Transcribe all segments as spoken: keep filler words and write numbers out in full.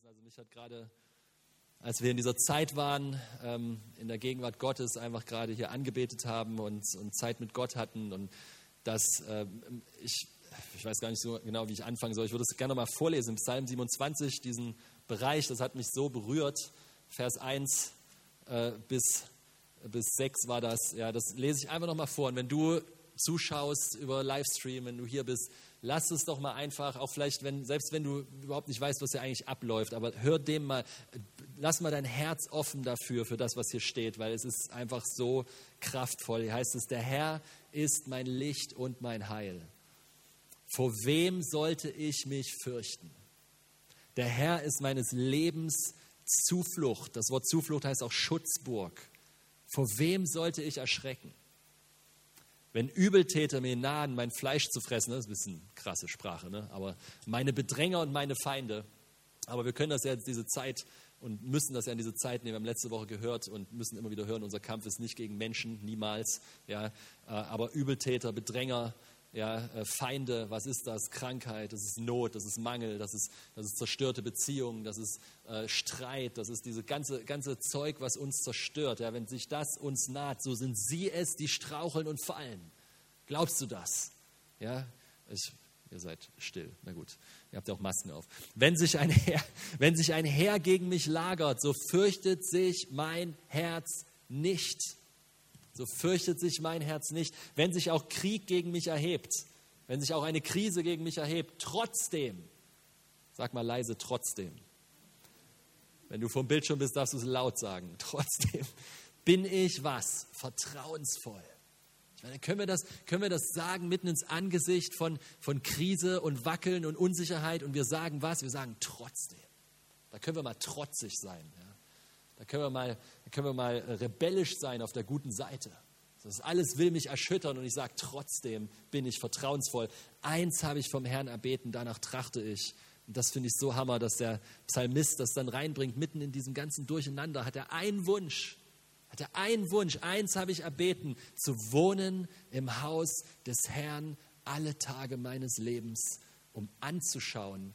Also mich hat gerade, als wir in dieser Zeit waren, ähm, in der Gegenwart Gottes einfach gerade hier angebetet haben und, und Zeit mit Gott hatten und das, äh, ich, ich weiß gar nicht so genau, wie ich anfangen soll. Ich würde es gerne mal vorlesen, im Psalm siebenundzwanzig, diesen Bereich, das hat mich so berührt, Vers eins äh, bis, bis sechs war das, ja, das lese ich einfach nochmal vor. Und wenn du zuschaust über Livestream, wenn du hier bist, lass es doch mal einfach, auch vielleicht, wenn, selbst wenn du überhaupt nicht weißt, was hier eigentlich abläuft, aber hör dem mal, lass mal dein Herz offen dafür, für das, was hier steht, weil es ist einfach so kraftvoll. Hier heißt es, der Herr ist mein Licht und mein Heil. Vor wem sollte ich mich fürchten? Der Herr ist meines Lebens Zuflucht. Das Wort Zuflucht heißt auch Schutzburg. Vor wem sollte ich erschrecken? Wenn Übeltäter mir nahen, mein Fleisch zu fressen, das ist ein bisschen krasse Sprache, ne? Aber meine Bedränger und meine Feinde, aber wir können das ja diese Zeit und müssen das ja in diese Zeit nehmen. Wir haben letzte Woche gehört und müssen immer wieder hören, unser Kampf ist nicht gegen Menschen, niemals. Ja, aber Übeltäter, Bedränger, ja, Feinde, was ist das? Krankheit, das ist Not, das ist Mangel, das ist, das ist zerstörte Beziehungen, das ist äh, Streit, das ist dieses ganze, ganze Zeug, was uns zerstört. Ja, wenn sich das uns naht, so sind sie es, die straucheln und fallen. Glaubst du das? Ja, ich, ihr seid still, na gut, ihr habt ja auch Masken auf. Wenn sich ein Heer, wenn sich ein Heer gegen mich lagert, so fürchtet sich mein Herz nicht. So fürchtet sich mein Herz nicht, wenn sich auch Krieg gegen mich erhebt, wenn sich auch eine Krise gegen mich erhebt, trotzdem, sag mal leise, trotzdem. Wenn du vor dem Bildschirm bist, darfst du es laut sagen, trotzdem bin ich was? Vertrauensvoll. Ich meine, können wir das, können wir das sagen mitten ins Angesicht von, von Krise und Wackeln und Unsicherheit und wir sagen was? Wir sagen trotzdem. Da können wir mal trotzig sein, ja. Da können wir mal, da können wir mal rebellisch sein auf der guten Seite. Das alles will mich erschüttern und ich sage, trotzdem bin ich vertrauensvoll. Eins habe ich vom Herrn erbeten, danach trachte ich. Und das finde ich so Hammer, dass der Psalmist das dann reinbringt, mitten in diesem ganzen Durcheinander. Hat er einen Wunsch, hat er einen Wunsch, eins habe ich erbeten, zu wohnen im Haus des Herrn alle Tage meines Lebens, um anzuschauen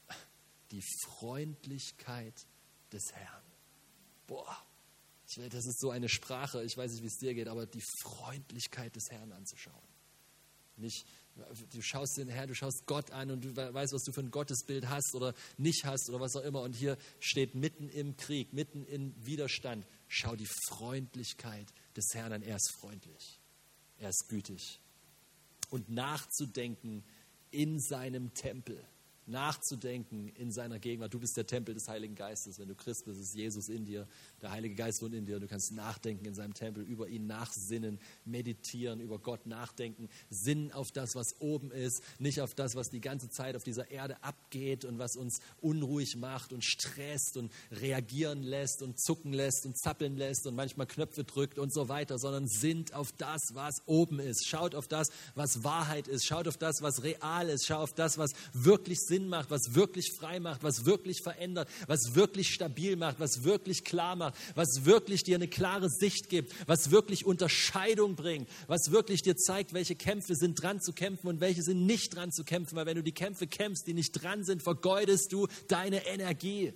die Freundlichkeit des Herrn. Boah, das ist so eine Sprache, ich weiß nicht, wie es dir geht, aber die Freundlichkeit des Herrn anzuschauen. Nicht, du schaust den Herrn, du schaust Gott an und du weißt, was du für ein Gottesbild hast oder nicht hast oder was auch immer. Und hier steht mitten im Krieg, mitten im Widerstand, schau die Freundlichkeit des Herrn an. Er ist freundlich, er ist gütig. Und nachzudenken in seinem Tempel. Nachzudenken in seiner Gegenwart. Du bist der Tempel des Heiligen Geistes. Wenn du Christ bist, ist Jesus in dir. Der Heilige Geist wohnt in dir. Du kannst nachdenken in seinem Tempel, über ihn nachsinnen, meditieren, über Gott nachdenken, sinnen auf das, was oben ist, nicht auf das, was die ganze Zeit auf dieser Erde abgeht und was uns unruhig macht und stresst und reagieren lässt und zucken lässt und zappeln lässt und manchmal Knöpfe drückt und so weiter, sondern sinnt auf das, was oben ist. Schaut auf das, was Wahrheit ist. Schaut auf das, was real ist. Schaut auf das, was wirklich Sinn macht, was wirklich frei macht, was wirklich verändert, was wirklich stabil macht, was wirklich klar macht, was wirklich dir eine klare Sicht gibt, was wirklich Unterscheidung bringt, was wirklich dir zeigt, welche Kämpfe sind dran zu kämpfen und welche sind nicht dran zu kämpfen, weil wenn du die Kämpfe kämpfst, die nicht dran sind, vergeudest du deine Energie.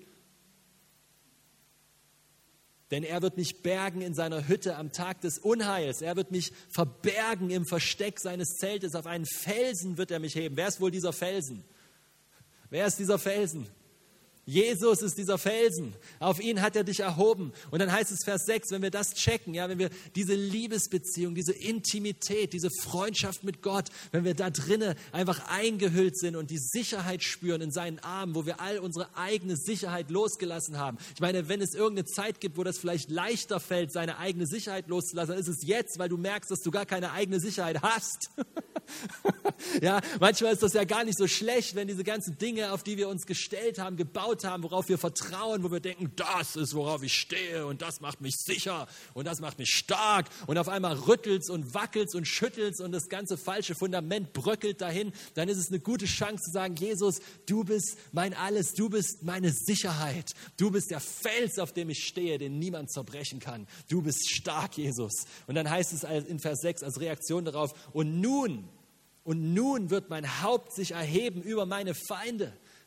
Denn er wird mich bergen in seiner Hütte am Tag des Unheils. Er wird mich verbergen im Versteck seines Zeltes. Auf einen Felsen wird er mich heben. Wer ist wohl dieser Felsen? Wer ist dieser Felsen? Jesus ist dieser Felsen. Auf ihn hat er dich erhoben. Und dann heißt es Vers sechs, wenn wir das checken, ja, wenn wir diese Liebesbeziehung, diese Intimität, diese Freundschaft mit Gott, wenn wir da drinnen einfach eingehüllt sind und die Sicherheit spüren in seinen Armen, wo wir all unsere eigene Sicherheit losgelassen haben. Ich meine, wenn es irgendeine Zeit gibt, wo das vielleicht leichter fällt, seine eigene Sicherheit loszulassen, dann ist es jetzt, weil du merkst, dass du gar keine eigene Sicherheit hast. Ja, manchmal ist das ja gar nicht so schlecht, wenn diese ganzen Dinge, auf die wir uns gestellt haben, gebaut haben, worauf wir vertrauen, wo wir denken, das ist, worauf ich stehe und das macht mich sicher und das macht mich stark und auf einmal rüttelt's und wackelt's und schüttelt's und das ganze falsche Fundament bröckelt dahin, dann ist es eine gute Chance zu sagen, Jesus, du bist mein Alles, du bist meine Sicherheit, du bist der Fels, auf dem ich stehe, den niemand zerbrechen kann, du bist stark, Jesus. Und dann heißt es in Vers sechs als Reaktion darauf, und nun, und nun wird mein Haupt sich erheben über meine Feinde.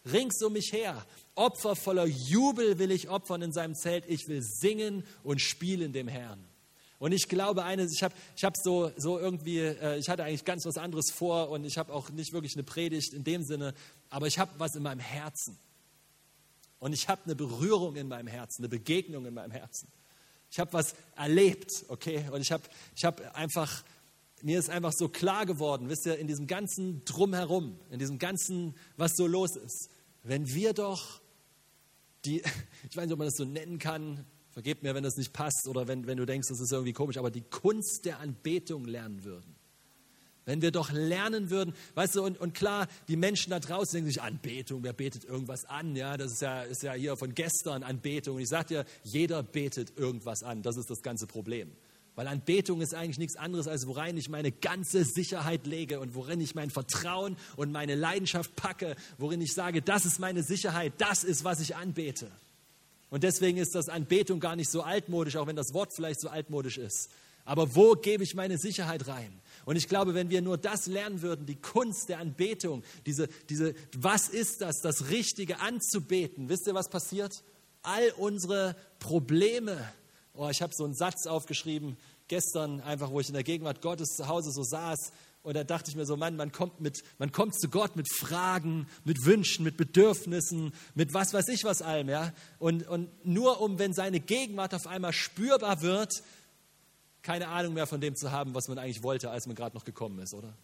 rings um mich her. Opfer voller Jubel will ich opfern in seinem Zelt. Ich will singen und spielen dem Herrn. Und ich glaube, eines, ich habe ich hab so, so irgendwie, äh, ich hatte eigentlich ganz was anderes vor und ich habe auch nicht wirklich eine Predigt in dem Sinne, aber ich habe was in meinem Herzen. Und ich habe eine Berührung in meinem Herzen, eine Begegnung in meinem Herzen. Ich habe was erlebt, okay? Und ich habe ich hab einfach, mir ist einfach so klar geworden, wisst ihr, in diesem ganzen Drumherum, in diesem ganzen, was so los ist, wenn wir doch die, ich weiß nicht, ob man das so nennen kann, vergebt mir, wenn das nicht passt oder wenn, wenn du denkst, das ist irgendwie komisch, aber die Kunst der Anbetung lernen würden. Wenn wir doch lernen würden, weißt du, und, und klar, die Menschen da draußen denken sich, Anbetung, wer betet irgendwas an? Ja, das ist ja, ist ja hier von gestern Anbetung. Und ich sage dir, jeder betet irgendwas an. Das ist das ganze Problem. Weil Anbetung ist eigentlich nichts anderes, als worein ich meine ganze Sicherheit lege und worin ich mein Vertrauen und meine Leidenschaft packe, worin ich sage, das ist meine Sicherheit, das ist, was ich anbete. Und deswegen ist das Anbetung gar nicht so altmodisch, auch wenn das Wort vielleicht so altmodisch ist. Aber wo gebe ich meine Sicherheit rein? Und ich glaube, wenn wir nur das lernen würden, die Kunst der Anbetung, diese, diese, was ist das, das Richtige anzubeten, wisst ihr, was passiert? All unsere Probleme, oh, ich habe so einen Satz aufgeschrieben, gestern einfach, wo ich in der Gegenwart Gottes zu Hause so saß, und da dachte ich mir so, Mann, man kommt, mit, man kommt zu Gott mit Fragen, mit Wünschen, mit Bedürfnissen, mit was weiß ich was allem, ja. Und, und nur um, wenn seine Gegenwart auf einmal spürbar wird, keine Ahnung mehr von dem zu haben, was man eigentlich wollte, als man gerade noch gekommen ist, oder?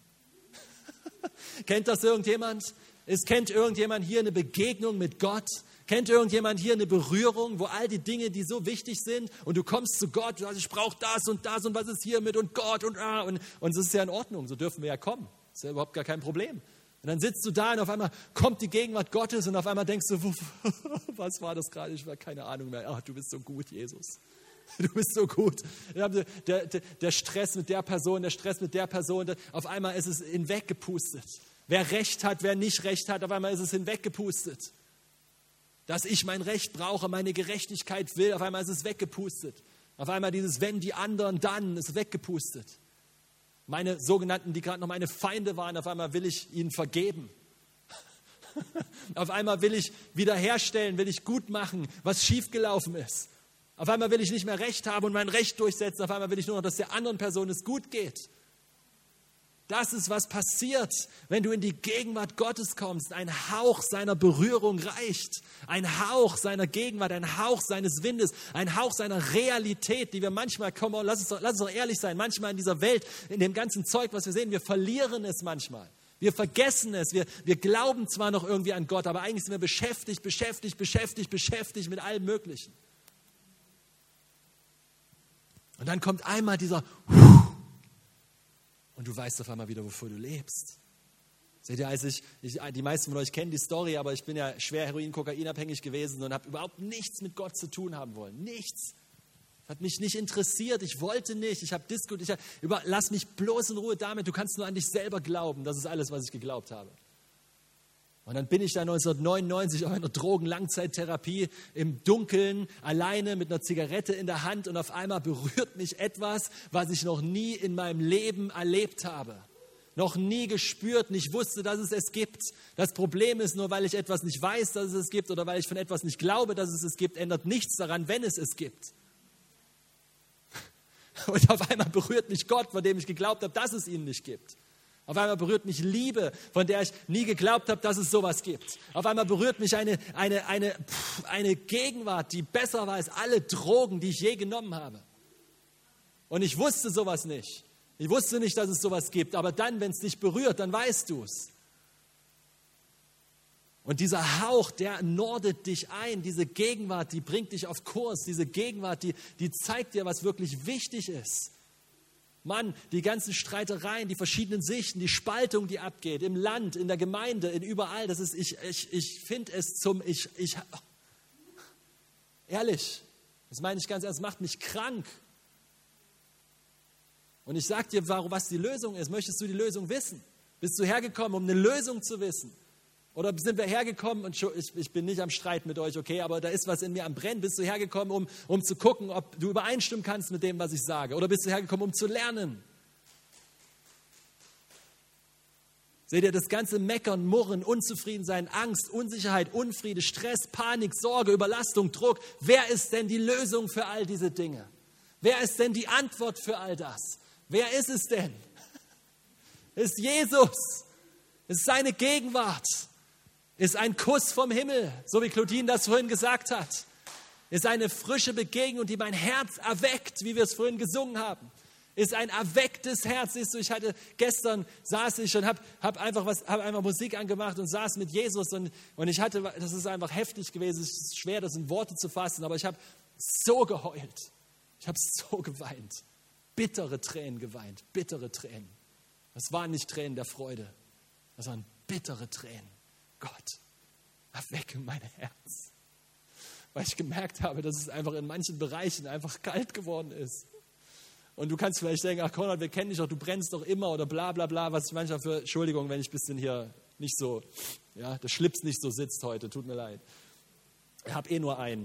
Kennt das irgendjemand? Ist, kennt irgendjemand hier eine Begegnung mit Gott? Kennt irgendjemand hier eine Berührung, wo all die Dinge, die so wichtig sind, und du kommst zu Gott, du sagst, ich brauche das und das und was ist hier mit und Gott und ah, und, und das ist ja in Ordnung, so dürfen wir ja kommen. Das ist ja überhaupt gar kein Problem. Und dann sitzt du da und auf einmal kommt die Gegenwart Gottes und auf einmal denkst du, was war das gerade? Ich habe keine Ahnung mehr. Ach, du bist so gut, Jesus. Du bist so gut. Der, der, der Stress mit der Person, der Stress mit der Person, auf einmal ist es hinweggepustet. Wer Recht hat, wer nicht Recht hat, auf einmal ist es hinweggepustet. Dass ich mein Recht brauche, meine Gerechtigkeit will, auf einmal ist es weggepustet. Auf einmal dieses wenn die anderen, dann ist weggepustet. Meine sogenannten, die gerade noch meine Feinde waren, auf einmal will ich ihnen vergeben. Auf einmal will ich wiederherstellen, will ich gut machen, was schiefgelaufen ist. Auf einmal will ich nicht mehr Recht haben und mein Recht durchsetzen. Auf einmal will ich nur noch, dass der anderen Person es gut geht. Das ist, was passiert, wenn du in die Gegenwart Gottes kommst. Ein Hauch seiner Berührung reicht. Ein Hauch seiner Gegenwart, ein Hauch seines Windes, ein Hauch seiner Realität, die wir manchmal, komm, lass uns doch, lass uns doch ehrlich sein, manchmal in dieser Welt, in dem ganzen Zeug, was wir sehen, wir verlieren es manchmal. Wir vergessen es. Wir, wir glauben zwar noch irgendwie an Gott, aber eigentlich sind wir beschäftigt, beschäftigt, beschäftigt, beschäftigt mit allem Möglichen. Und dann kommt einmal dieser und du weißt auf einmal wieder, wofür du lebst. Seht ihr, als ich, ich, die meisten von euch kennen die Story, aber ich bin ja schwer Heroin-Kokain-abhängig gewesen und habe überhaupt nichts mit Gott zu tun haben wollen. Nichts. Das hat mich nicht interessiert, ich wollte nicht, ich habe diskutiert, ich hab, über, lass mich bloß in Ruhe damit, du kannst nur an dich selber glauben, das ist alles, was ich geglaubt habe. Und dann bin ich da neunzehnhundertneunundneunzig auf einer Drogen-Langzeittherapie im Dunkeln, alleine mit einer Zigarette in der Hand und auf einmal berührt mich etwas, was ich noch nie in meinem Leben erlebt habe. Noch nie gespürt, nicht wusste, dass es es gibt. Das Problem ist nur, weil ich etwas nicht weiß, dass es es gibt oder weil ich von etwas nicht glaube, dass es es gibt, ändert nichts daran, wenn es es gibt. Und auf einmal berührt mich Gott, von dem ich geglaubt habe, dass es ihn nicht gibt. Auf einmal berührt mich Liebe, von der ich nie geglaubt habe, dass es sowas gibt. Auf einmal berührt mich eine, eine, eine, pff, eine Gegenwart, die besser war als alle Drogen, die ich je genommen habe. Und ich wusste sowas nicht. Ich wusste nicht, dass es sowas gibt. Aber dann, wenn es dich berührt, dann weißt du es. Und dieser Hauch, der nordet dich ein. Diese Gegenwart, die bringt dich auf Kurs. Diese Gegenwart, die, die zeigt dir, was wirklich wichtig ist. Mann, die ganzen Streitereien, die verschiedenen Sichten, die Spaltung, die abgeht, im Land, in der Gemeinde, in überall, das ist, ich, ich, ich finde es zum, ich, ich, oh, ehrlich, das meine ich ganz ernst, macht mich krank. Und ich sage dir, was die Lösung ist. Möchtest du die Lösung wissen? Bist du hergekommen, um eine Lösung zu wissen? Oder sind wir hergekommen, und ich, ich bin nicht am Streit mit euch, okay, aber da ist was in mir am Brennen. Bist du hergekommen, um, um zu gucken, ob du übereinstimmen kannst mit dem, was ich sage? Oder bist du hergekommen, um zu lernen? Seht ihr, das ganze Meckern, Murren, Unzufriedensein, Angst, Unsicherheit, Unfriede, Stress, Panik, Sorge, Überlastung, Druck. Wer ist denn die Lösung für all diese Dinge? Wer ist denn die Antwort für all das? Wer ist es denn? Ist Jesus. Ist seine Gegenwart. Ist ein Kuss vom Himmel, so wie Claudine das vorhin gesagt hat. Ist eine frische Begegnung, die mein Herz erweckt, wie wir es vorhin gesungen haben. Ist ein erwecktes Herz. Siehst du, ich hatte gestern saß ich und habe hab einfach was, habe einfach Musik angemacht und saß mit Jesus und, und ich hatte, das ist einfach heftig gewesen. Es ist schwer, das in Worte zu fassen, aber ich habe so geheult. Ich habe so geweint. Bittere Tränen geweint, bittere Tränen. Das waren nicht Tränen der Freude, das waren bittere Tränen. Gott, erwecke mein Herz. Weil ich gemerkt habe, dass es einfach in manchen Bereichen einfach kalt geworden ist. Und du kannst vielleicht denken, ach Konrad, wir kennen dich doch, du brennst doch immer oder bla bla bla, was ich manchmal für, Entschuldigung, wenn ich ein bisschen hier nicht so, ja, der Schlips nicht so sitzt heute, tut mir leid. Ich habe eh nur einen.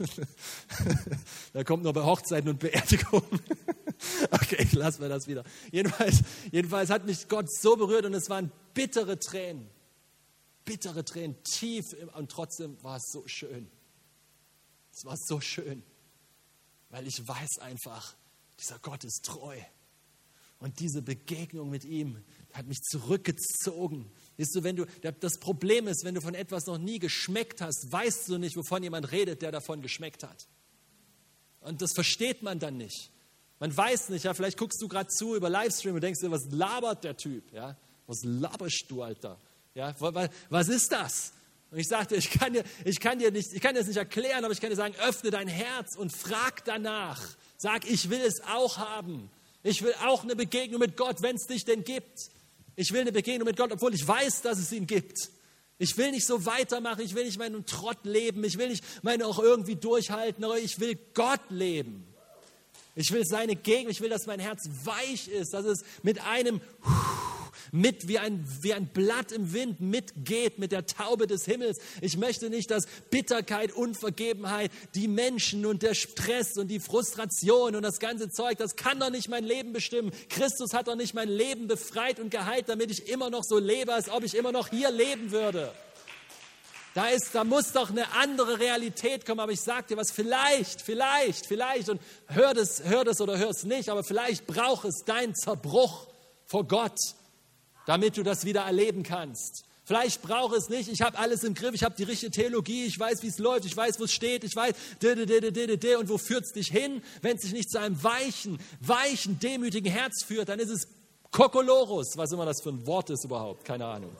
Da kommt nur bei Hochzeiten und Beerdigungen. Okay, lassen wir das wieder. Jedenfalls, jedenfalls hat mich Gott so berührt und es waren bittere Tränen. Bittere Tränen, tief und trotzdem war es so schön. Es war so schön, weil ich weiß einfach, dieser Gott ist treu. Und diese Begegnung mit ihm hat mich zurückgezogen. Siehst du, wenn du, das Problem ist, wenn du von etwas noch nie geschmeckt hast, weißt du nicht, wovon jemand redet, der davon geschmeckt hat. Und das versteht man dann nicht. Man weiß nicht, ja, vielleicht guckst du gerade zu über Livestream und denkst dir, was labert der Typ? Ja? Was laberst du, Alter? Ja? Was ist das? Und ich sagte, ich kann dir, ich kann dir nicht, ich kann dir das nicht erklären, aber ich kann dir sagen, öffne dein Herz und frag danach. Sag, ich will es auch haben. Ich will auch eine Begegnung mit Gott, wenn es dich denn gibt. Ich will eine Begegnung mit Gott, obwohl ich weiß, dass es ihn gibt. Ich will nicht so weitermachen, ich will nicht meinen Trott leben, ich will nicht meine auch irgendwie durchhalten, aber ich will Gott leben. Ich will seine Gegenwart, ich will, dass mein Herz weich ist, dass es mit einem mit wie ein, wie ein Blatt im Wind mitgeht mit der Taube des Himmels. Ich möchte nicht, dass Bitterkeit, Unvergebenheit, die Menschen und der Stress und die Frustration und das ganze Zeug, das kann doch nicht mein Leben bestimmen. Christus hat doch nicht mein Leben befreit und geheilt, damit ich immer noch so lebe, als ob ich immer noch hier leben würde. Da, ist, da muss doch eine andere Realität kommen, aber ich sage dir was, vielleicht, vielleicht, vielleicht, und hör das, hör das oder hör es nicht, aber vielleicht braucht es deinen Zerbruch vor Gott, damit du das wieder erleben kannst. Vielleicht brauche es nicht, ich habe alles im Griff, ich habe die richtige Theologie, ich weiß, wie es läuft, ich weiß, wo es steht, ich weiß, und wo führt es dich hin? Wenn es dich nicht zu einem weichen, weichen, demütigen Herz führt, dann ist es Kokolorus, was immer das für ein Wort ist überhaupt, keine Ahnung.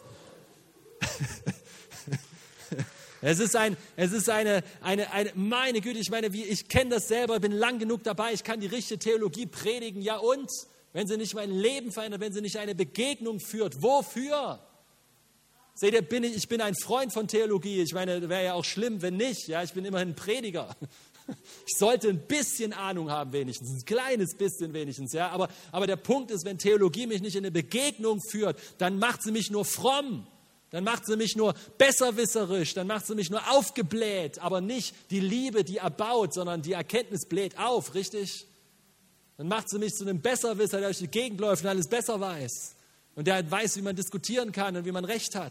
Es ist, ein, es ist eine, eine, eine, meine Güte, ich meine, wie, ich kenne das selber, bin lang genug dabei, ich kann die richtige Theologie predigen, ja und? Wenn sie nicht mein Leben verändert, wenn sie nicht eine Begegnung führt, wofür? Seht ihr, bin ich, ich bin ein Freund von Theologie. Ich meine, wäre ja auch schlimm, wenn nicht. Ja, ich bin immerhin ein Prediger. Ich sollte ein bisschen Ahnung haben, wenigstens, ein kleines bisschen wenigstens. Ja, aber, aber der Punkt ist, wenn Theologie mich nicht in eine Begegnung führt, dann macht sie mich nur fromm. Dann macht sie mich nur besserwisserisch, dann macht sie mich nur aufgebläht, aber nicht die Liebe, die erbaut, sondern die Erkenntnis bläht auf, richtig? Dann macht sie mich zu einem Besserwisser, der durch die Gegend läuft und alles besser weiß. Und der weiß, wie man diskutieren kann und wie man Recht hat.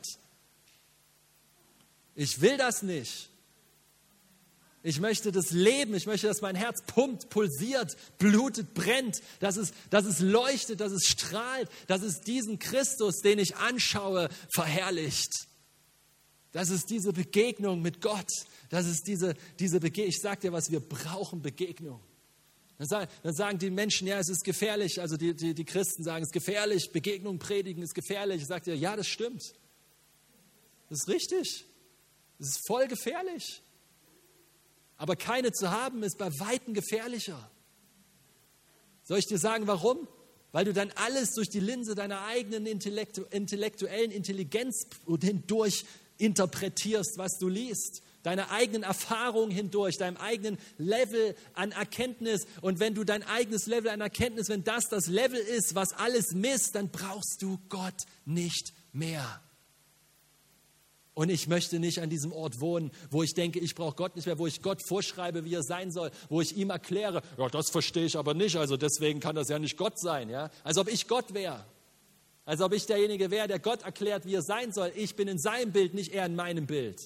Ich will das nicht. Ich möchte das Leben, ich möchte, dass mein Herz pumpt, pulsiert, blutet, brennt, dass es, dass es leuchtet, dass es strahlt, dass es diesen Christus, den ich anschaue, verherrlicht. Das ist diese Begegnung mit Gott. Das ist diese, diese Begegnung. Ich sage dir was, wir brauchen Begegnung. Dann sagen, dann sagen die Menschen, ja, es ist gefährlich, also die, die, die Christen sagen, es ist gefährlich, Begegnung predigen ist gefährlich. Ich sage dir, ja, das stimmt. Das ist richtig. Das ist voll gefährlich. Aber keine zu haben, ist bei Weitem gefährlicher. Soll ich dir sagen, warum? Weil du dann alles durch die Linse deiner eigenen intellektu- intellektuellen Intelligenz hindurch interpretierst, was du liest. Deine eigenen Erfahrungen hindurch, deinem eigenen Level an Erkenntnis. Und wenn du dein eigenes Level an Erkenntnis, wenn das das Level ist, was alles misst, dann brauchst du Gott nicht mehr. Und ich möchte nicht an diesem Ort wohnen, wo ich denke, ich brauche Gott nicht mehr, wo ich Gott vorschreibe, wie er sein soll, wo ich ihm erkläre, ja, das verstehe ich aber nicht, also deswegen kann das ja nicht Gott sein, ja? Als ob ich Gott wäre. Als ob ich derjenige wäre, der Gott erklärt, wie er sein soll. Ich bin in seinem Bild, nicht er in meinem Bild.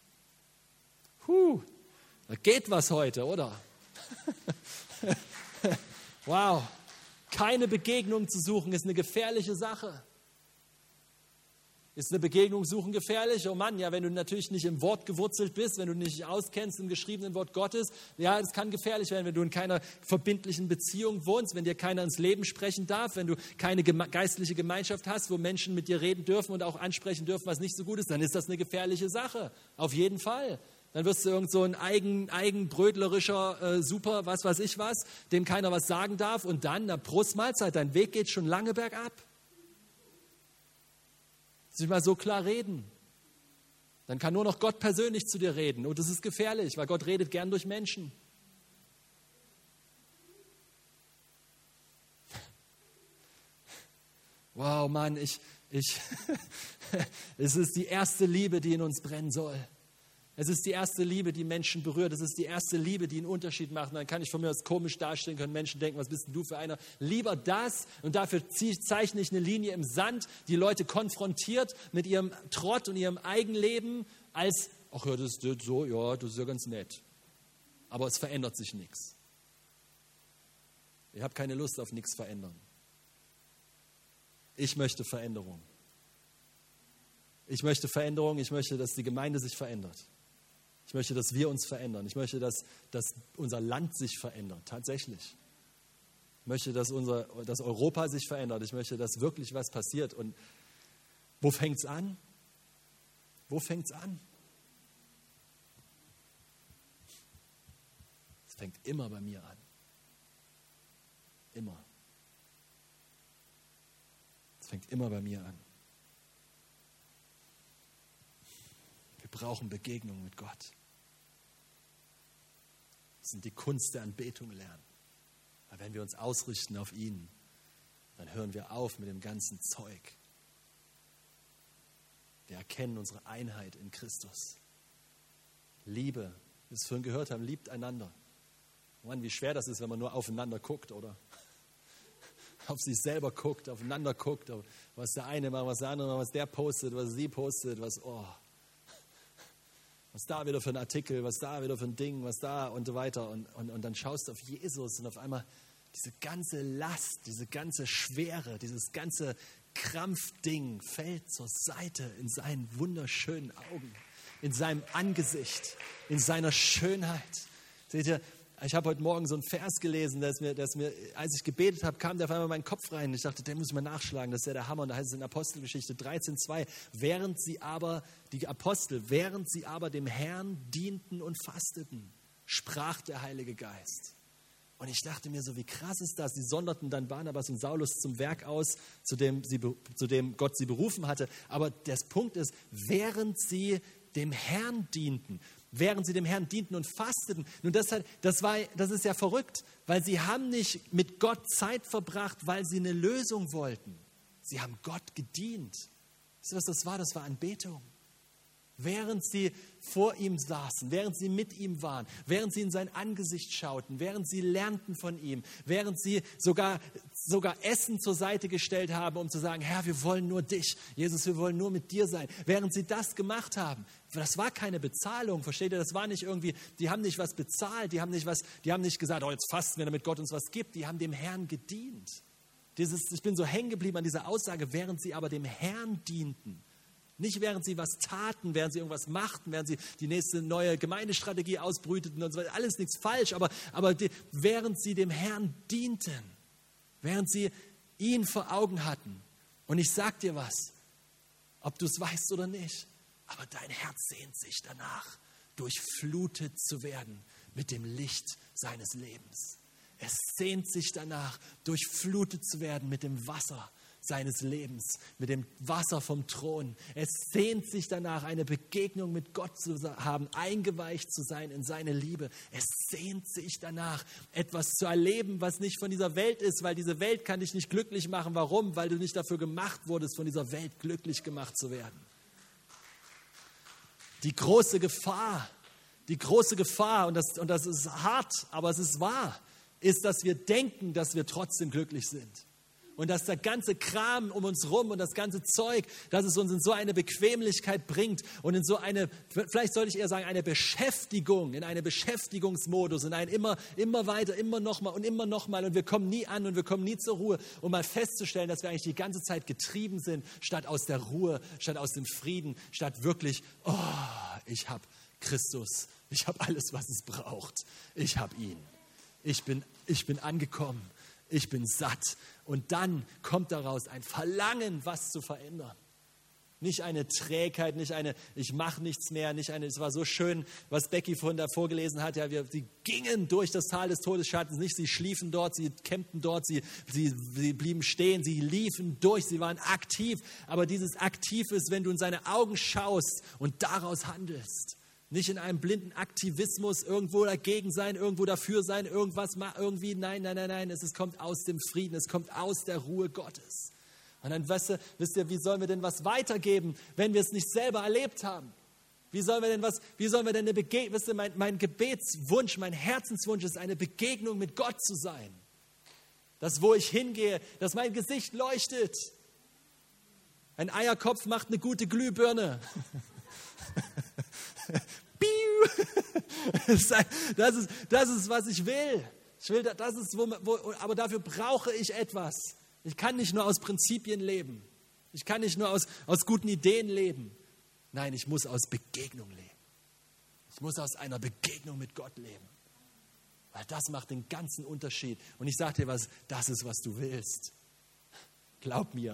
Puh, da geht was heute, oder? Wow, keine Begegnung zu suchen ist eine gefährliche Sache. Ist eine Begegnung suchen gefährlich? Oh Mann, ja, wenn du natürlich nicht im Wort gewurzelt bist, wenn du nicht auskennst im geschriebenen Wort Gottes, ja, es kann gefährlich werden, wenn du in keiner verbindlichen Beziehung wohnst, wenn dir keiner ins Leben sprechen darf, wenn du keine geme- geistliche Gemeinschaft hast, wo Menschen mit dir reden dürfen und auch ansprechen dürfen, was nicht so gut ist, dann ist das eine gefährliche Sache. Auf jeden Fall. Dann wirst du irgend so ein eigen, eigenbrötlerischer äh, Super, was weiß ich was, dem keiner was sagen darf und dann, na Prost Mahlzeit, dein Weg geht schon lange bergab. Sich mal so klar reden. Dann kann nur noch Gott persönlich zu dir reden. Und das ist gefährlich, weil Gott redet gern durch Menschen. Wow, Mann, ich, ich, es ist die erste Liebe, die in uns brennen soll. Es ist die erste Liebe, die Menschen berührt. Es ist die erste Liebe, die einen Unterschied macht. Und dann kann ich von mir aus komisch dastehen, können Menschen denken, was bist denn du für einer? Lieber das und dafür zeichne ich eine Linie im Sand, die Leute konfrontiert mit ihrem Trott und ihrem Eigenleben, als, ach ja, das ist so, ja, das ist ja ganz nett. Aber es verändert sich nichts. Ich habe keine Lust auf nichts verändern. Ich möchte Veränderung. Ich möchte Veränderung, ich möchte, dass die Gemeinde sich verändert. Ich möchte, dass wir uns verändern. Ich möchte, dass, dass unser Land sich verändert, tatsächlich. Ich möchte, dass, unser, dass Europa sich verändert. Ich möchte, dass wirklich was passiert. Und wo fängt es an? Wo fängt es an? Es fängt immer bei mir an. Immer. Es fängt immer bei mir an. Wir brauchen Begegnung mit Gott. Wir müssen die Kunst der Anbetung lernen. Weil wenn wir uns ausrichten auf ihn, dann hören wir auf mit dem ganzen Zeug. Wir erkennen unsere Einheit in Christus. Liebe, wie wir es vorhin gehört haben, liebt einander. Mann, wie schwer das ist, wenn man nur aufeinander guckt, oder? Auf sich selber guckt, aufeinander guckt, was der eine macht, was der andere macht, was der postet, was sie postet, was, oh, was da wieder für ein Artikel, was da wieder für ein Ding, was da und so weiter. Und, und, und dann schaust du auf Jesus und auf einmal diese ganze Last, diese ganze Schwere, dieses ganze Krampfding fällt zur Seite in seinen wunderschönen Augen, in seinem Angesicht, in seiner Schönheit. Seht ihr, ich habe heute Morgen so einen Vers gelesen, der ist mir, der ist mir, als ich gebetet habe, kam der auf einmal in meinen Kopf rein. Ich dachte, den muss ich mal nachschlagen, das ist ja der Hammer. Und da heißt es in Apostelgeschichte dreizehn zwei, während sie aber, die Apostel, während sie aber dem Herrn dienten und fasteten, sprach der Heilige Geist. Und ich dachte mir so, wie krass ist das? Sie sonderten dann Barnabas und Saulus zum Werk aus, zu dem, sie, zu dem Gott sie berufen hatte. Aber der Punkt ist, während sie dem Herrn dienten, während sie dem Herrn dienten und fasteten. Nun, das, hat, das, war, das ist ja verrückt, weil sie haben nicht mit Gott Zeit verbracht, weil sie eine Lösung wollten. Sie haben Gott gedient. Wisst ihr, was das war? Das war Anbetung. Während sie vor ihm saßen, während sie mit ihm waren, während sie in sein Angesicht schauten, während sie lernten von ihm, während sie sogar, sogar Essen zur Seite gestellt haben, um zu sagen, Herr, wir wollen nur dich, Jesus, wir wollen nur mit dir sein. Während sie das gemacht haben, das war keine Bezahlung, versteht ihr, das war nicht irgendwie, die haben nicht was bezahlt, die haben nicht, was, die haben nicht gesagt, oh, jetzt fasten wir, damit Gott uns was gibt, die haben dem Herrn gedient. Dieses, ich bin so hängen geblieben an dieser Aussage, während sie aber dem Herrn dienten. Nicht während sie was taten, während sie irgendwas machten, während sie die nächste neue Gemeindestrategie ausbrüteten und so weiter. Alles nichts falsch, aber, aber die, während sie dem Herrn dienten, während sie ihn vor Augen hatten. Und ich sag dir was, ob du es weißt oder nicht, aber dein Herz sehnt sich danach, durchflutet zu werden mit dem Licht seines Lebens. Es sehnt sich danach, durchflutet zu werden mit dem Wasser seines Lebens, mit dem Wasser vom Thron. Es sehnt sich danach, eine Begegnung mit Gott zu haben, eingeweicht zu sein in seine Liebe. Es sehnt sich danach, etwas zu erleben, was nicht von dieser Welt ist, weil diese Welt kann dich nicht glücklich machen. Warum? Weil du nicht dafür gemacht wurdest, von dieser Welt glücklich gemacht zu werden. Die große Gefahr, die große Gefahr, und das, und das ist hart, aber es ist wahr, ist, dass wir denken, dass wir trotzdem glücklich sind. und dass der ganze Kram um uns rum und das ganze Zeug, dass es uns in so eine Bequemlichkeit bringt und in so eine, vielleicht sollte ich eher sagen, eine Beschäftigung, in einen Beschäftigungsmodus, in ein immer, immer weiter, immer nochmal und immer nochmal und wir kommen nie an und wir kommen nie zur Ruhe, um mal festzustellen, dass wir eigentlich die ganze Zeit getrieben sind, statt aus der Ruhe, statt aus dem Frieden, statt wirklich, oh, ich habe Christus, ich habe alles, was es braucht, ich habe ihn, ich bin, ich bin angekommen. Ich bin satt. Und dann kommt daraus ein Verlangen, was zu verändern. Nicht eine Trägheit, nicht eine, ich mache nichts mehr, nicht eine, es war so schön, was Becky vorhin da vorgelesen hat, ja, wir, sie gingen durch das Tal des Todesschattens, nicht, sie schliefen dort, sie campten dort, sie, sie, sie blieben stehen, sie liefen durch, sie waren aktiv. Aber dieses Aktiv ist, wenn du in seine Augen schaust und daraus handelst. Nicht in einem blinden Aktivismus irgendwo dagegen sein, irgendwo dafür sein, irgendwas irgendwie. Nein, nein, nein, nein. Es kommt aus dem Frieden, es kommt aus der Ruhe Gottes. Und dann weißt du, wisst ihr, wie sollen wir denn was weitergeben, wenn wir es nicht selber erlebt haben? Wie sollen wir denn was, wie sollen wir denn eine Begegnung, wisst ihr, mein, mein Gebetswunsch, mein Herzenswunsch ist, eine Begegnung mit Gott zu sein. Das, wo ich hingehe, dass mein Gesicht leuchtet. Ein Eierkopf macht eine gute Glühbirne. Das ist, das ist, was ich will. Ich will das ist, wo, wo, aber dafür brauche ich etwas. Ich kann nicht nur aus Prinzipien leben. Ich kann nicht nur aus, aus guten Ideen leben. Nein, ich muss aus Begegnung leben. Ich muss aus einer Begegnung mit Gott leben. Weil das macht den ganzen Unterschied. Und ich sage dir was, das ist, was du willst. Glaub mir,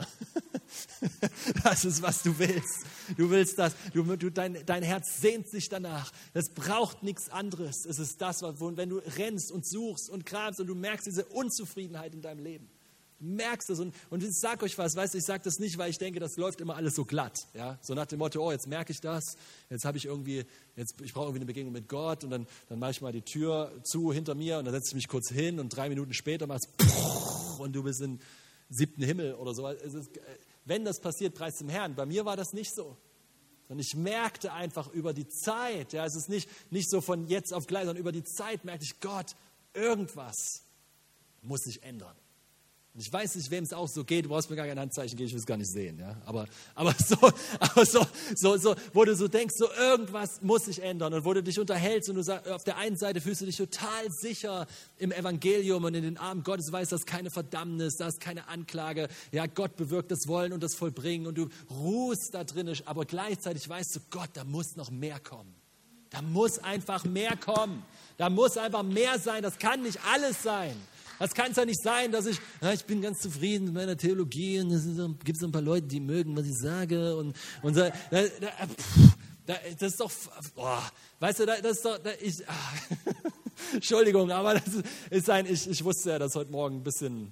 das ist, was du willst. Du willst das, du, du, dein, dein Herz sehnt sich danach. Das braucht nichts anderes. Es ist das, wo, wenn du rennst und suchst und kramst und du merkst diese Unzufriedenheit in deinem Leben. Du merkst es und, und ich sage euch was, weißt du, ich sage das nicht, weil ich denke, das läuft immer alles so glatt. Ja? So nach dem Motto, oh, jetzt merke ich das, jetzt habe ich irgendwie, jetzt, ich brauche irgendwie eine Begegnung mit Gott und dann, dann mache ich mal die Tür zu hinter mir und dann setze ich mich kurz hin und drei Minuten später machst und du bist in siebten Himmel oder so. Es ist, wenn das passiert, preis dem Herrn. Bei mir war das nicht so. Und ich merkte einfach über die Zeit, ja, es ist nicht, nicht so von jetzt auf gleich, sondern über die Zeit merkte ich, Gott, irgendwas muss sich ändern. Und ich weiß nicht, wem es auch so geht, du brauchst mir gar kein Handzeichen geben, ich will es gar nicht sehen. Ja? Aber, aber, so, aber so, so, so, wo du so denkst, so irgendwas muss sich ändern und wo du dich unterhältst und du sagst, auf der einen Seite fühlst du dich total sicher im Evangelium und in den Armen Gottes, weißt, da ist keine Verdammnis, da ist keine Anklage, ja, Gott bewirkt das Wollen und das Vollbringen und du ruhst da drin, aber gleichzeitig weißt du, Gott, da muss noch mehr kommen. Da muss einfach mehr kommen. Da muss einfach mehr sein, das kann nicht alles sein. Das kann es ja nicht sein, dass ich, ja, ich bin ganz zufrieden mit meiner Theologie und es gibt so ein paar Leute, die mögen, was ich sage und, und so, da, da, pff, da, das ist doch, oh, weißt du, da, das ist doch, da, ich, ah, Entschuldigung, aber das ist, ist ein, ich, ich wusste ja, das heute Morgen ein bisschen,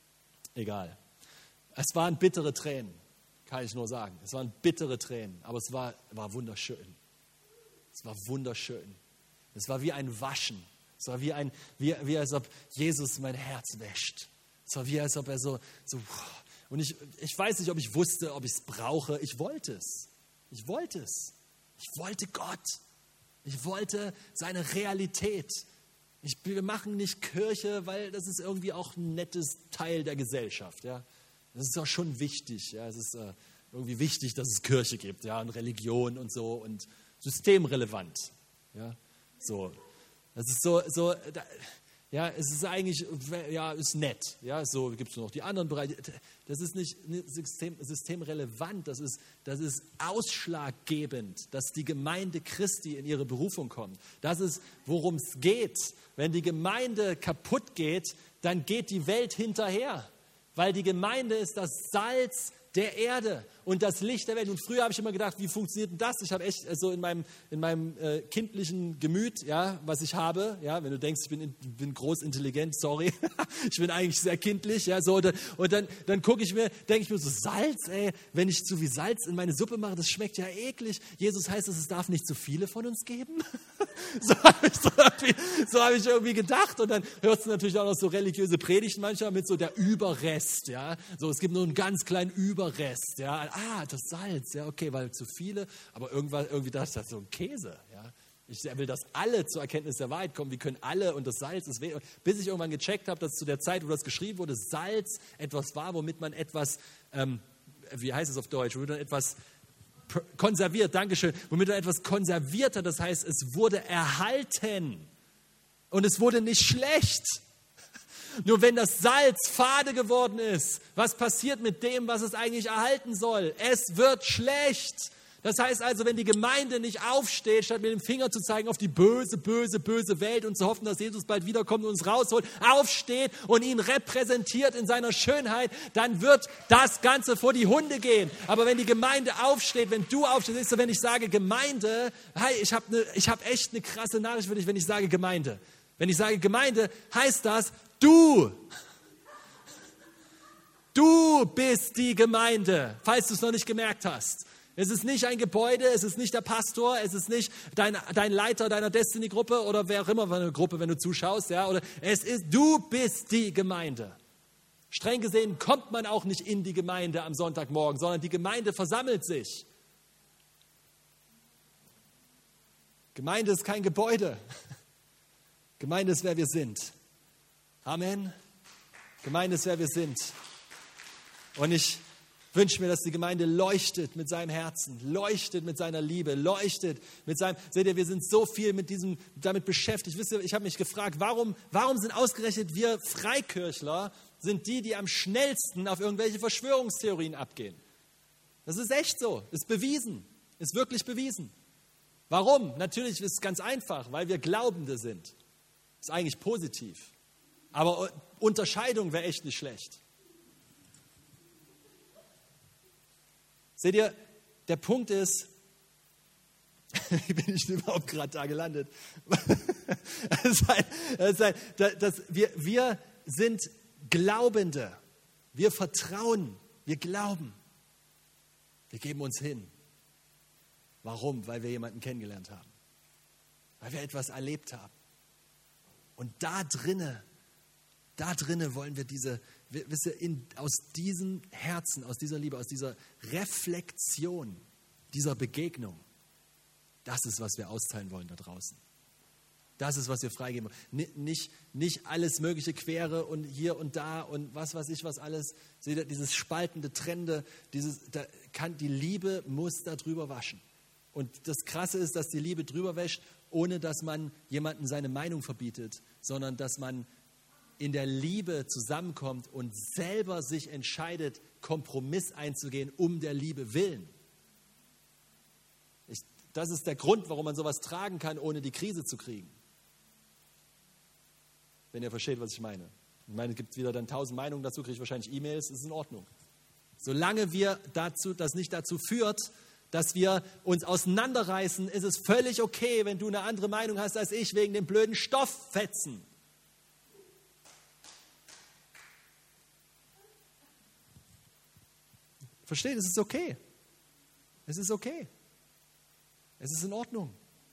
egal. Es waren bittere Tränen, kann ich nur sagen. Es waren bittere Tränen, aber es war, war wunderschön. Es war wunderschön. Es war wie ein Waschen. Es war wie, ein, wie, wie als ob Jesus mein Herz wäscht. Es war wie als ob er so, so und ich, ich weiß nicht, ob ich wusste, ob ich es brauche. Ich wollte es. Ich wollte es. Ich wollte Gott. Ich wollte seine Realität. Ich, wir machen nicht Kirche, weil das ist irgendwie auch ein nettes Teil der Gesellschaft. Ja? Das ist auch schon wichtig. Ja? Es ist äh, irgendwie wichtig, dass es Kirche gibt, ja? Und Religion und so und systemrelevant. Ja? So. Das ist so, so da, ja, es ist eigentlich, ja, ist nett. Ja, so gibt es noch die anderen Bereiche. Das ist nicht system, systemrelevant, das ist, das ist ausschlaggebend, dass die Gemeinde Christi in ihre Berufung kommt. Das ist, worum es geht. Wenn die Gemeinde kaputt geht, dann geht die Welt hinterher. Weil die Gemeinde ist das Salz der Erde und das Licht der Welt. Und früher habe ich immer gedacht, wie funktioniert denn das? Ich habe echt so in meinem, in meinem äh, kindlichen Gemüt, ja, was ich habe, ja, wenn du denkst, ich bin, bin groß intelligent, sorry, ich bin eigentlich sehr kindlich, ja, so, und, und dann, dann gucke ich mir, denke ich mir so, Salz, ey, wenn ich zu viel Salz in meine Suppe mache, das schmeckt ja eklig. Jesus heißt, es darf nicht zu viele von uns geben. So habe ich, so hab ich, so hab ich irgendwie gedacht. Und dann hörst du natürlich auch noch so religiöse Predigten manchmal mit so der Überrest, ja, so, es gibt nur einen ganz kleinen Überrest, ja, ah, das Salz, ja, okay, weil zu viele, aber irgendwann, irgendwie das ist das so ein Käse, ja. Ich will, dass alle zur Erkenntnis der Wahrheit kommen. Wie können alle und das Salz ist weh. Bis ich irgendwann gecheckt habe, dass zu der Zeit, wo das geschrieben wurde, Salz etwas war, womit man etwas, ähm, wie heißt es auf Deutsch, womit man etwas konserviert, Dankeschön, womit man etwas konserviert hat. Das heißt, es wurde erhalten und es wurde nicht schlecht. Nur wenn das Salz fade geworden ist, was passiert mit dem, was es eigentlich erhalten soll? Es wird schlecht. Das heißt also, wenn die Gemeinde nicht aufsteht, statt mit dem Finger zu zeigen auf die böse, böse, böse Welt und zu hoffen, dass Jesus bald wiederkommt und uns rausholt, aufsteht und ihn repräsentiert in seiner Schönheit, dann wird das Ganze vor die Hunde gehen. Aber wenn die Gemeinde aufsteht, wenn du aufstehst, ist so, wenn ich sage Gemeinde, hey, ich habe ne, ich hab echt eine krasse Nachricht für dich, wenn ich sage Gemeinde. Wenn ich sage Gemeinde, heißt das, du, du bist die Gemeinde, falls du es noch nicht gemerkt hast. Es ist nicht ein Gebäude, es ist nicht der Pastor, es ist nicht dein, dein Leiter deiner Destiny-Gruppe oder wer auch immer für eine Gruppe, wenn du zuschaust. Ja, oder es ist, du bist die Gemeinde. Streng gesehen kommt man auch nicht in die Gemeinde am Sonntagmorgen, sondern die Gemeinde versammelt sich. Gemeinde ist kein Gebäude. Gemeinde ist, wer wir sind. Amen. Gemeinde ist, wer wir sind. Und ich wünsche mir, dass die Gemeinde leuchtet mit seinem Herzen, leuchtet mit seiner Liebe, leuchtet mit seinem... Seht ihr, wir sind so viel mit diesem, damit beschäftigt. Wisst ihr, ich habe mich gefragt, warum, warum sind ausgerechnet wir Freikirchler, sind die, die am schnellsten auf irgendwelche Verschwörungstheorien abgehen? Das ist echt so, ist bewiesen, ist wirklich bewiesen. Warum? Natürlich ist es ganz einfach, weil wir Glaubende sind. Ist eigentlich positiv. Aber Unterscheidung wäre echt nicht schlecht. Seht ihr, der Punkt ist, wie bin ich denn überhaupt gerade da gelandet? das ist ein, das ist ein, das, wir, wir sind Glaubende. Wir vertrauen, wir glauben. Wir geben uns hin. Warum? Weil wir jemanden kennengelernt haben. Weil wir etwas erlebt haben. Und da drinne, da drinne wollen wir diese, wisst ihr, in, aus diesem Herzen, aus dieser Liebe, aus dieser Reflexion, dieser Begegnung, das ist, was wir austeilen wollen da draußen. Das ist, was wir freigeben wollen. Nicht, nicht alles mögliche Quere und hier und da und was weiß ich was alles. Seht ihr, dieses spaltende, trennende, dieses, da kann, die Liebe muss da drüber waschen. Und das Krasse ist, dass die Liebe drüber wäscht, ohne dass man jemandem seine Meinung verbietet, sondern dass man in der Liebe zusammenkommt und selber sich entscheidet, Kompromiss einzugehen, um der Liebe willen. Ich, das ist der Grund, warum man sowas tragen kann, ohne die Krise zu kriegen. Wenn ihr versteht, was ich meine. Ich meine, es gibt wieder dann tausend Meinungen dazu, kriege ich wahrscheinlich E-Mails, ist in Ordnung. Solange wir dazu, das nicht dazu führt, dass wir uns auseinanderreißen, ist es völlig okay, wenn du eine andere Meinung hast als ich, wegen dem blöden Stofffetzen. Versteht, es ist okay. Es ist okay. Es ist in Ordnung.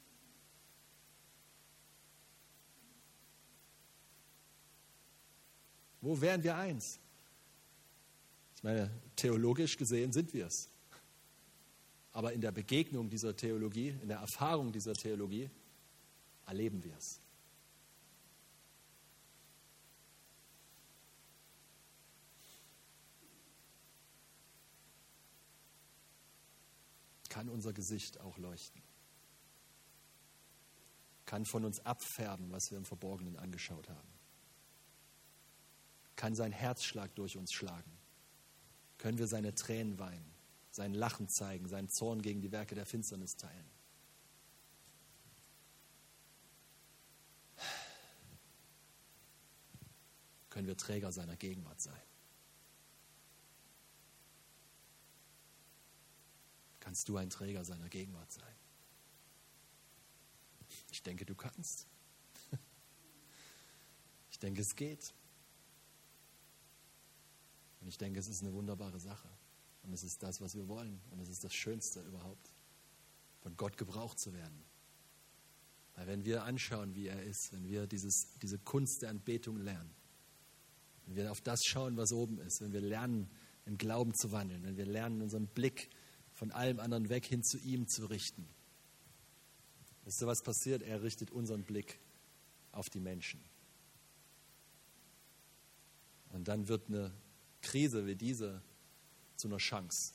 Wo wären wir eins? Ich meine, theologisch gesehen sind wir es. Aber in der Begegnung dieser Theologie, in der Erfahrung dieser Theologie, erleben wir es. Kann unser Gesicht auch leuchten? Kann von uns abfärben, was wir im Verborgenen angeschaut haben? Kann sein Herzschlag durch uns schlagen? Können wir seine Tränen weinen? Sein Lachen zeigen, seinen Zorn gegen die Werke der Finsternis teilen. Können wir Träger seiner Gegenwart sein? Kannst du ein Träger seiner Gegenwart sein? Ich denke, du kannst. Ich denke, es geht. Und ich denke, es ist eine wunderbare Sache. Und es ist das, was wir wollen. Und es ist das Schönste überhaupt, von Gott gebraucht zu werden. Weil wenn wir anschauen, wie er ist, wenn wir dieses, diese Kunst der Anbetung lernen, wenn wir auf das schauen, was oben ist, wenn wir lernen, im Glauben zu wandeln, wenn wir lernen, unseren Blick von allem anderen weg hin zu ihm zu richten, Wisst ihr, was passiert? Er richtet unseren Blick auf die Menschen. Und dann wird eine Krise wie diese zu einer Chance.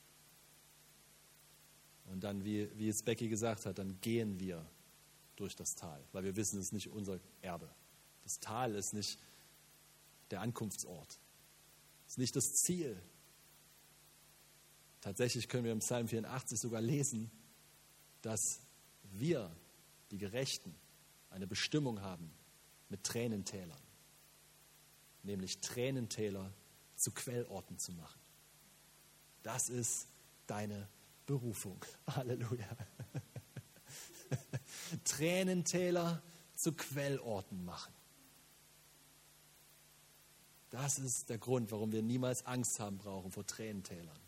Und dann, wie, wie es Becky gesagt hat, dann gehen wir durch das Tal, weil wir wissen, es ist nicht unser Erbe. Das Tal ist nicht der Ankunftsort, es ist nicht das Ziel. Tatsächlich können wir im Psalm vierundachtzig sogar lesen, dass wir, die Gerechten, eine Bestimmung haben mit Tränentälern, nämlich Tränentäler zu Quellorten zu machen. Das ist deine Berufung. Halleluja. Tränentäler zu Quellorten machen. Das ist der Grund, warum wir niemals Angst haben brauchen vor Tränentälern.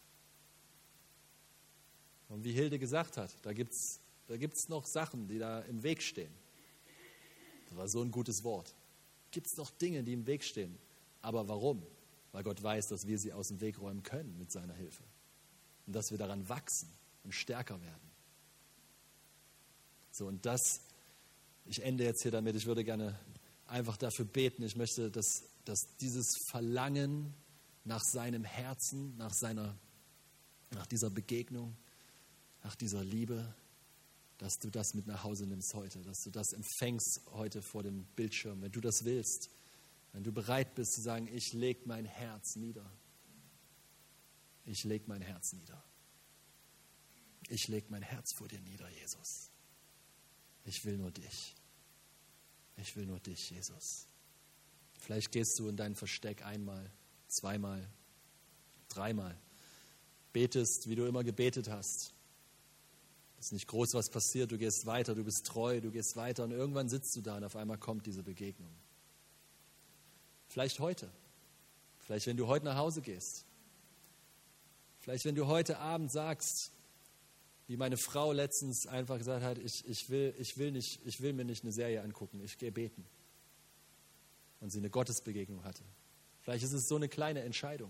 Und wie Hilde gesagt hat, da gibt es da gibt's noch Sachen, die da im Weg stehen. Das war so ein gutes Wort. Gibt es noch Dinge, die im Weg stehen. Aber warum? Weil Gott weiß, dass wir sie aus dem Weg räumen können mit seiner Hilfe. Und dass wir daran wachsen und stärker werden. So, und das, ich ende jetzt hier damit, ich würde gerne einfach dafür beten. Ich möchte, dass, dass dieses Verlangen nach seinem Herzen, nach seiner, nach dieser Begegnung, nach dieser Liebe, dass du das mit nach Hause nimmst heute, dass du das empfängst heute vor dem Bildschirm, wenn du das willst, wenn du bereit bist zu sagen, ich lege mein Herz nieder. Ich lege mein Herz nieder. Ich lege mein Herz vor dir nieder, Jesus. Ich will nur dich. Ich will nur dich, Jesus. Vielleicht gehst du in dein Versteck einmal, zweimal, dreimal, betest, wie du immer gebetet hast. Es ist nicht groß, was passiert, du gehst weiter, du bist treu, du gehst weiter und irgendwann sitzt du da und auf einmal kommt diese Begegnung. Vielleicht heute, vielleicht wenn du heute nach Hause gehst, vielleicht wenn du heute Abend sagst, wie meine Frau letztens einfach gesagt hat, ich, ich, will, ich, will nicht, ich will mir nicht eine Serie angucken, ich gehe beten. Und sie eine Gottesbegegnung hatte. Vielleicht ist es so eine kleine Entscheidung.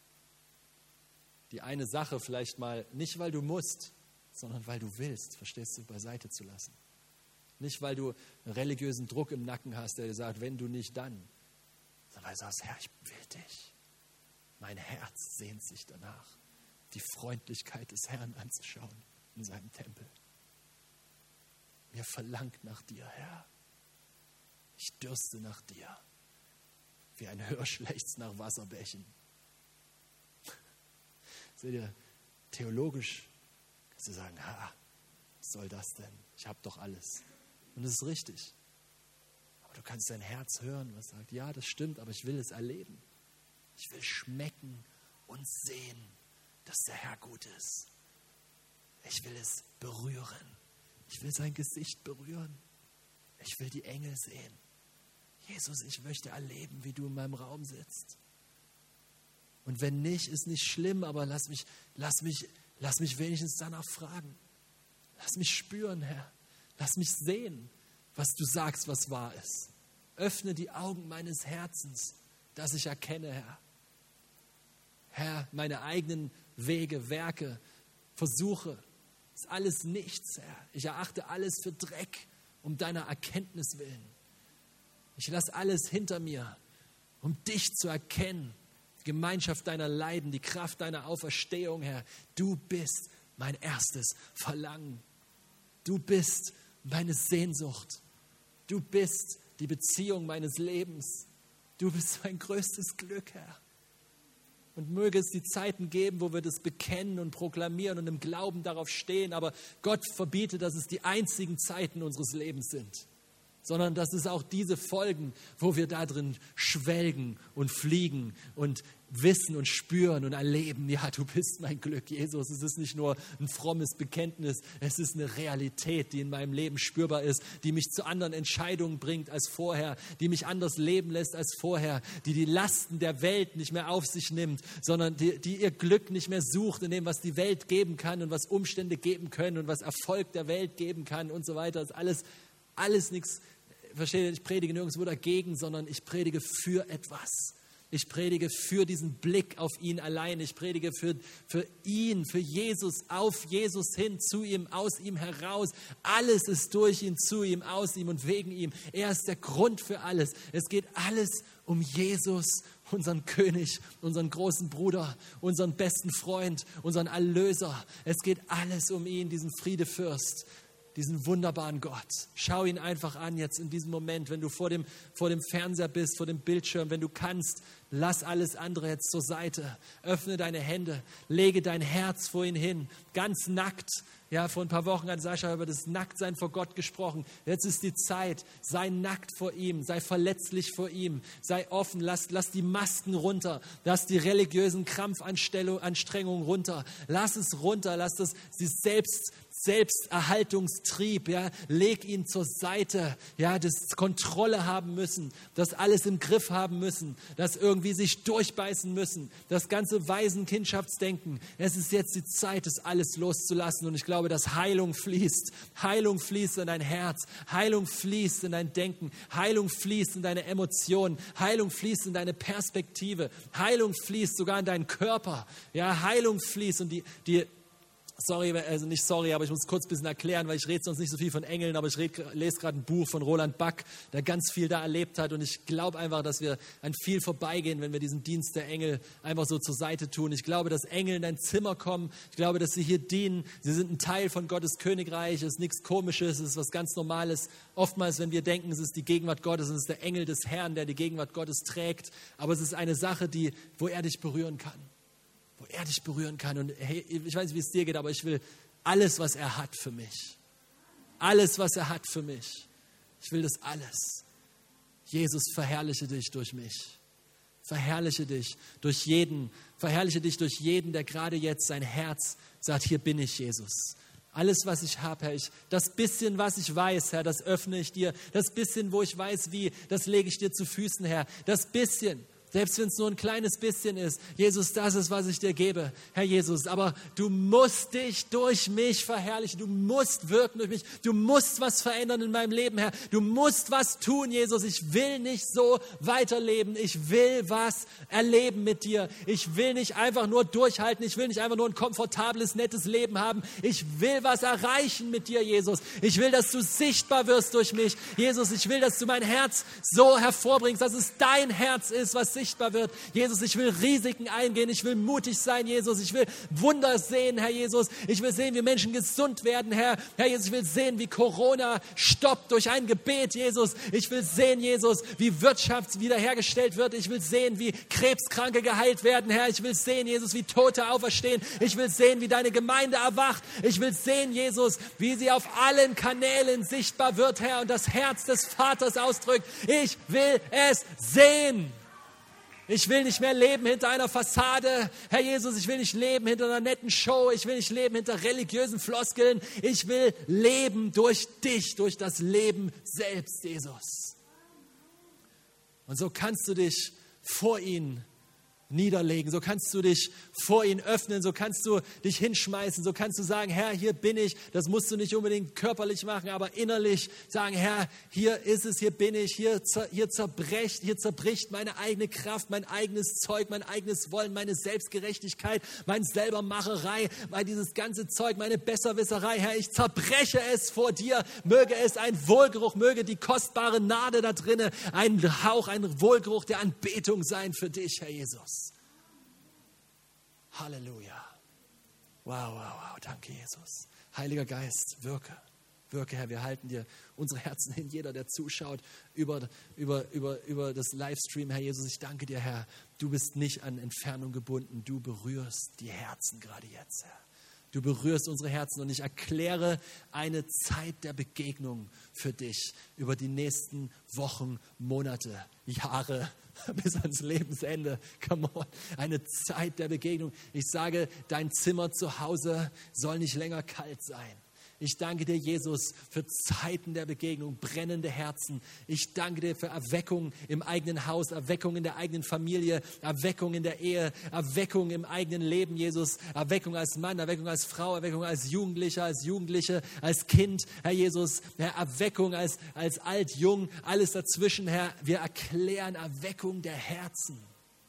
Die eine Sache vielleicht mal, nicht weil du musst, sondern weil du willst, verstehst du, beiseite zu lassen. Nicht, weil du einen religiösen Druck im Nacken hast, der dir sagt, wenn du nicht, dann. Sondern weil du sagst, Herr, ich will dich. Mein Herz sehnt sich danach, die Freundlichkeit des Herrn anzuschauen in seinem Tempel. Mir verlangt nach dir, Herr. Ich dürste nach dir, wie ein Hirsch lechzt nach Wasserbächen. Seht ihr, theologisch kannst du sagen, ha, was soll das denn? Ich habe doch alles. Und das ist richtig. Aber du kannst dein Herz hören, was sagt, ja, das stimmt, aber ich will es erleben. Ich will schmecken und sehen, dass der Herr gut ist. Ich will es berühren. Ich will sein Gesicht berühren. Ich will die Engel sehen. Jesus, ich möchte erleben, wie du in meinem Raum sitzt. Und wenn nicht, ist nicht schlimm, aber lass mich, lass mich, lass mich wenigstens danach fragen. Lass mich spüren, Herr. Lass mich sehen, was du sagst, was wahr ist. Öffne die Augen meines Herzens, dass ich erkenne, Herr. Herr, meine eigenen Wege, Werke, Versuche, ist alles nichts, Herr. Ich erachte alles für Dreck, um deiner Erkenntnis willen. Ich lasse alles hinter mir, um dich zu erkennen. Die Gemeinschaft deiner Leiden, die Kraft deiner Auferstehung, Herr. Du bist mein erstes Verlangen. Du bist meine Sehnsucht. Du bist die Beziehung meines Lebens. Du bist mein größtes Glück, Herr. Und möge es die Zeiten geben, wo wir das bekennen und proklamieren und im Glauben darauf stehen. Aber Gott verbiete, dass es die einzigen Zeiten unseres Lebens sind. Sondern dass es auch diese Folgen, wo wir da drin schwelgen und fliegen und wissen und spüren und erleben, ja, du bist mein Glück, Jesus. Es ist nicht nur ein frommes Bekenntnis, es ist eine Realität, die in meinem Leben spürbar ist, die mich zu anderen Entscheidungen bringt als vorher, die mich anders leben lässt als vorher, die die Lasten der Welt nicht mehr auf sich nimmt, sondern die, die ihr Glück nicht mehr sucht in dem, was die Welt geben kann und was Umstände geben können und was Erfolg der Welt geben kann und so weiter. Das ist alles, alles nichts. Versteht ihr, ich predige nirgendwo dagegen, sondern ich predige für etwas, Ich predige für diesen Blick auf ihn allein. Ich predige für, für ihn, für Jesus, auf Jesus hin, zu ihm, aus ihm heraus. Alles ist durch ihn, zu ihm, aus ihm und wegen ihm. Er ist der Grund für alles. Es geht alles um Jesus, unseren König, unseren großen Bruder, unseren besten Freund, unseren Erlöser. Es geht alles um ihn, diesen Friedefürst, diesen wunderbaren Gott. Schau ihn einfach an jetzt in diesem Moment, wenn du vor dem, vor dem Fernseher bist, vor dem Bildschirm, wenn du kannst, lass alles andere jetzt zur Seite. Öffne deine Hände, lege dein Herz vor ihn hin, ganz nackt. Ja, vor ein paar Wochen hat Sascha über das Nacktsein vor Gott gesprochen. Jetzt ist die Zeit. Sei nackt vor ihm, sei verletzlich vor ihm, sei offen, lass, lass die Masken runter, lass die religiösen Krampfanstrengungen runter, lass es runter, lass das, die Selbst, Selbsterhaltungstrieb, ja, leg ihn zur Seite, ja, das Kontrolle haben müssen, das alles im Griff haben müssen, das irgendwie sich durchbeißen müssen, das ganze Waisenkindschaftsdenken. Es ist jetzt die Zeit, das alles loszulassen und ich glaube, dass Heilung fließt. Heilung fließt in dein Herz, Heilung fließt in dein Denken, Heilung fließt in deine Emotionen, Heilung fließt in deine Perspektive, Heilung fließt sogar in deinen Körper, ja, Heilung fließt und die, die Sorry, also nicht sorry, aber ich muss kurz ein bisschen erklären, weil ich rede sonst nicht so viel von Engeln, aber ich red, lese gerade ein Buch von Roland Back, der ganz viel da erlebt hat und ich glaube einfach, dass wir an viel vorbeigehen, wenn wir diesen Dienst der Engel einfach so zur Seite tun. Ich glaube, dass Engel in dein Zimmer kommen, ich glaube, dass sie hier dienen, sie sind ein Teil von Gottes Königreich, es ist nichts Komisches, es ist was ganz Normales. Oftmals, wenn wir denken, es ist die Gegenwart Gottes, es ist der Engel des Herrn, der die Gegenwart Gottes trägt, aber es ist eine Sache, die, wo er dich berühren kann. Wo er dich berühren kann. Und hey, ich weiß nicht, wie es dir geht, aber ich will alles, was er hat für mich. Alles, was er hat für mich. Ich will das alles. Jesus, verherrliche dich durch mich. Verherrliche dich durch jeden. Verherrliche dich durch jeden, der gerade jetzt sein Herz sagt, hier bin ich, Jesus. Alles, was ich habe, Herr, ich, das bisschen, was ich weiß, Herr, das öffne ich dir. Das bisschen, wo ich weiß, wie, das lege ich dir zu Füßen, Herr. Das bisschen. Selbst wenn es nur ein kleines bisschen ist. Jesus, das ist, was ich dir gebe, Herr Jesus. Aber du musst dich durch mich verherrlichen. Du musst wirken durch mich. Du musst was verändern in meinem Leben, Herr. Du musst was tun, Jesus. Ich will nicht so weiterleben. Ich will was erleben mit dir. Ich will nicht einfach nur durchhalten. Ich will nicht einfach nur ein komfortables, nettes Leben haben. Ich will was erreichen mit dir, Jesus. Ich will, dass du sichtbar wirst durch mich. Jesus, ich will, dass du mein Herz so hervorbringst, dass es dein Herz ist, was sichtbar wird. Jesus, ich will Risiken eingehen, ich will mutig sein, Jesus, ich will Wunder sehen, Herr Jesus, ich will sehen, wie Menschen gesund werden, Herr. Herr Jesus, ich will sehen, wie Corona stoppt durch ein Gebet, Jesus. Ich will sehen, Jesus, wie Wirtschaft wiederhergestellt wird. Ich will sehen, wie Krebskranke geheilt werden, Herr. Ich will sehen, Jesus, wie Tote auferstehen. Ich will sehen, wie deine Gemeinde erwacht. Ich will sehen, Jesus, wie sie auf allen Kanälen sichtbar wird, Herr, und das Herz des Vaters ausdrückt. Ich will es sehen. Ich will nicht mehr leben hinter einer Fassade. Herr Jesus, ich will nicht leben hinter einer netten Show. Ich will nicht leben hinter religiösen Floskeln. Ich will leben durch dich, durch das Leben selbst, Jesus. Und so kannst du dich vor ihn niederlegen, so kannst du dich vor ihn öffnen, so kannst du dich hinschmeißen, so kannst du sagen, Herr, hier bin ich. Das musst du nicht unbedingt körperlich machen, aber innerlich sagen, Herr, hier ist es, hier bin ich, hier, hier, zerbrecht, hier zerbricht meine eigene Kraft, mein eigenes Zeug, mein eigenes Wollen, meine Selbstgerechtigkeit, meine Selbermacherei, mein dieses ganze Zeug, meine Besserwisserei. Herr, ich zerbreche es vor dir, möge es ein Wohlgeruch, möge die kostbare Nade da drinnen ein Hauch, ein Wohlgeruch der Anbetung sein für dich, Herr Jesus. Halleluja. Wow, wow, wow. Danke, Jesus. Heiliger Geist, wirke. Wirke, Herr. Wir halten dir unsere Herzen hin. Jeder, der zuschaut über, über, über, über das Livestream. Herr Jesus, ich danke dir, Herr. Du bist nicht an Entfernung gebunden. Du berührst die Herzen gerade jetzt, Herr. Du berührst unsere Herzen und ich erkläre eine Zeit der Begegnung für dich über die nächsten Wochen, Monate, Jahre, bis ans Lebensende. Come on. Eine Zeit der Begegnung. Ich sage, dein Zimmer zu Hause soll nicht länger kalt sein. Ich danke dir, Jesus, für Zeiten der Begegnung, brennende Herzen. Ich danke dir für Erweckung im eigenen Haus, Erweckung in der eigenen Familie, Erweckung in der Ehe, Erweckung im eigenen Leben, Jesus. Erweckung als Mann, Erweckung als Frau, Erweckung als Jugendlicher, als Jugendliche, als Kind, Herr Jesus. Herr, Erweckung als, als alt, jung, alles dazwischen, Herr. Wir erklären Erweckung der Herzen.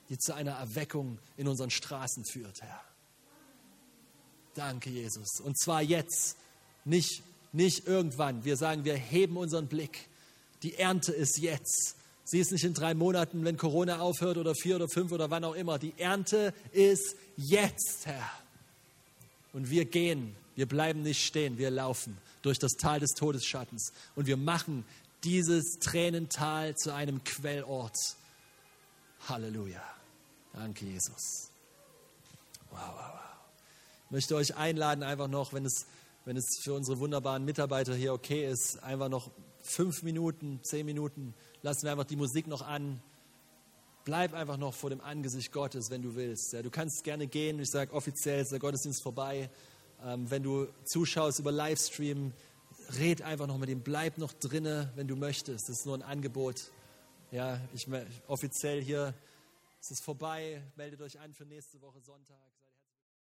die zu einer Erweckung in unseren Straßen führt, Herr. Danke, Jesus. Und zwar jetzt, nicht, nicht irgendwann. Wir sagen, wir heben unseren Blick. Die Ernte ist jetzt. Sie ist nicht in drei Monaten, wenn Corona aufhört oder vier oder fünf oder wann auch immer. Die Ernte ist jetzt, Herr. Und wir gehen, wir bleiben nicht stehen, wir laufen durch das Tal des Todesschattens. Und wir machen dieses Tränental zu einem Quellort. Halleluja. Danke, Jesus. Wow, wow, wow. Ich möchte euch einladen, einfach noch, wenn es, wenn es für unsere wunderbaren Mitarbeiter hier okay ist, einfach noch fünf Minuten, zehn Minuten, lassen wir einfach die Musik noch an. Bleib einfach noch vor dem Angesicht Gottes, wenn du willst. Ja, du kannst gerne gehen. Ich sage offiziell, ist der Gottesdienst vorbei. Ähm, wenn du zuschaust über Livestream, red einfach noch mit ihm. Bleib noch drinne, wenn du möchtest. Das ist nur ein Angebot. Ja, ich, offiziell hier ist es vorbei. Meldet euch an für nächste Woche Sonntag.